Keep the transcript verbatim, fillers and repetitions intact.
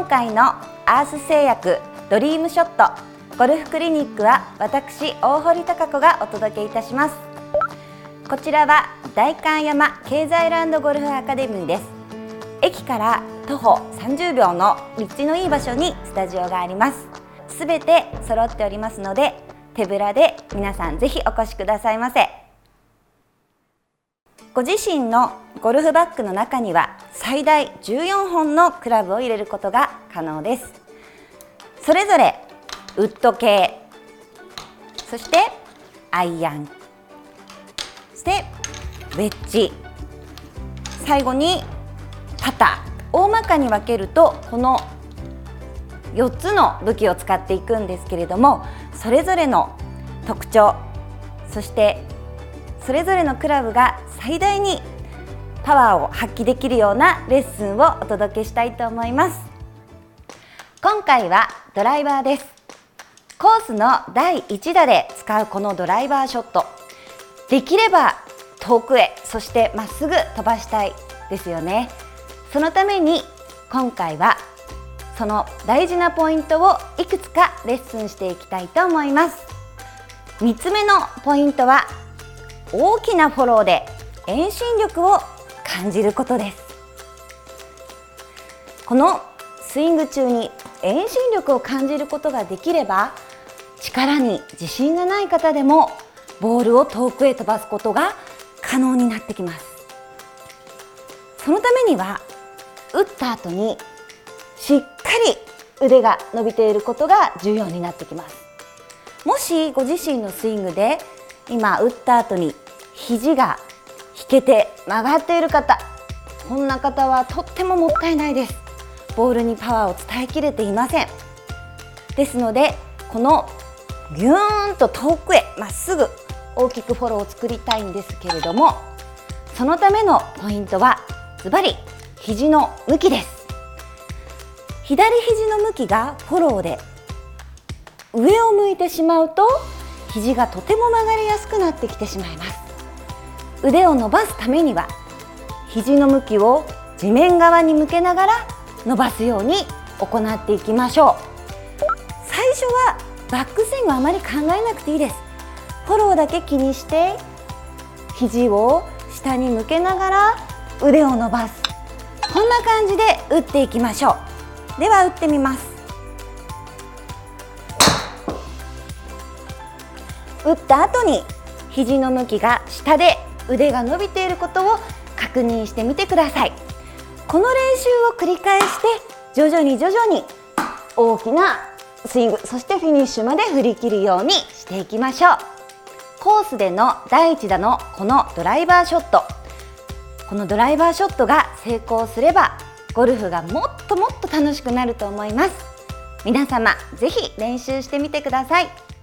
今回のアース製薬ドリームショットゴルフクリニックは私大堀貴子がお届けいたします。こちらは代官山経済ランドゴルフアカデミーです。駅から徒歩さんじゅうびょうの立地のいい場所にスタジオがあります。すべて揃っておりますので、手ぶらで皆さんぜひお越しくださいませ。ご自身のゴルフバッグの中には最大じゅうよんほんのクラブを入れることが可能です。それぞれウッド系、そしてアイアン、そしてウェッジ、最後にパター。大まかに分けるとこのよっつの武器を使っていくんですけれども、それぞれの特徴、そしてそれぞれのクラブが最大にパワーを発揮できるようなレッスンをお届けしたいと思います。今回はドライバーです。コースのだいいち打で使うこのドライバーショット、できれば遠くへ、そしてまっすぐ飛ばしたいですよね。そのために今回はその大事なポイントをいくつかレッスンしていきたいと思います。みっつめのポイントは大きなフォローで遠心力を感じることです。このスイング中に遠心力を感じることができれば、力に自信がない方でもボールを遠くへ飛ばすことが可能になってきます。そのためには打った後にしっかり腕が伸びていることが重要になってきます。もしご自身のスイングで今打った後に肘が引けて曲がっている方、こんな方はとってももったいないです。ボールにパワーを伝えきれていません。ですのでこのギューンと遠くへまっすぐ大きくフォローを作りたいんですけれども、そのためのポイントはズバリ肘の向きです。左肘の向きがフォローで上を向いてしまうと肘がとても曲がりやすくなってきてしまいます。腕を伸ばすためには肘の向きを地面側に向けながら伸ばすように行っていきましょう。最初はバックスイングはあまり考えなくていいです。フォローだけ気にして肘を下に向けながら腕を伸ばす、こんな感じで打っていきましょう。では打ってみます。打った後に肘の向きが下で腕が伸びていることを確認してみてください。この練習を繰り返して徐々に徐々に大きなスイング、そしてフィニッシュまで振り切るようにしていきましょう。コースでのだいいち打のこのドライバーショット、このドライバーショットが成功すればゴルフがもっともっと楽しくなると思います。皆様ぜひ練習してみてください。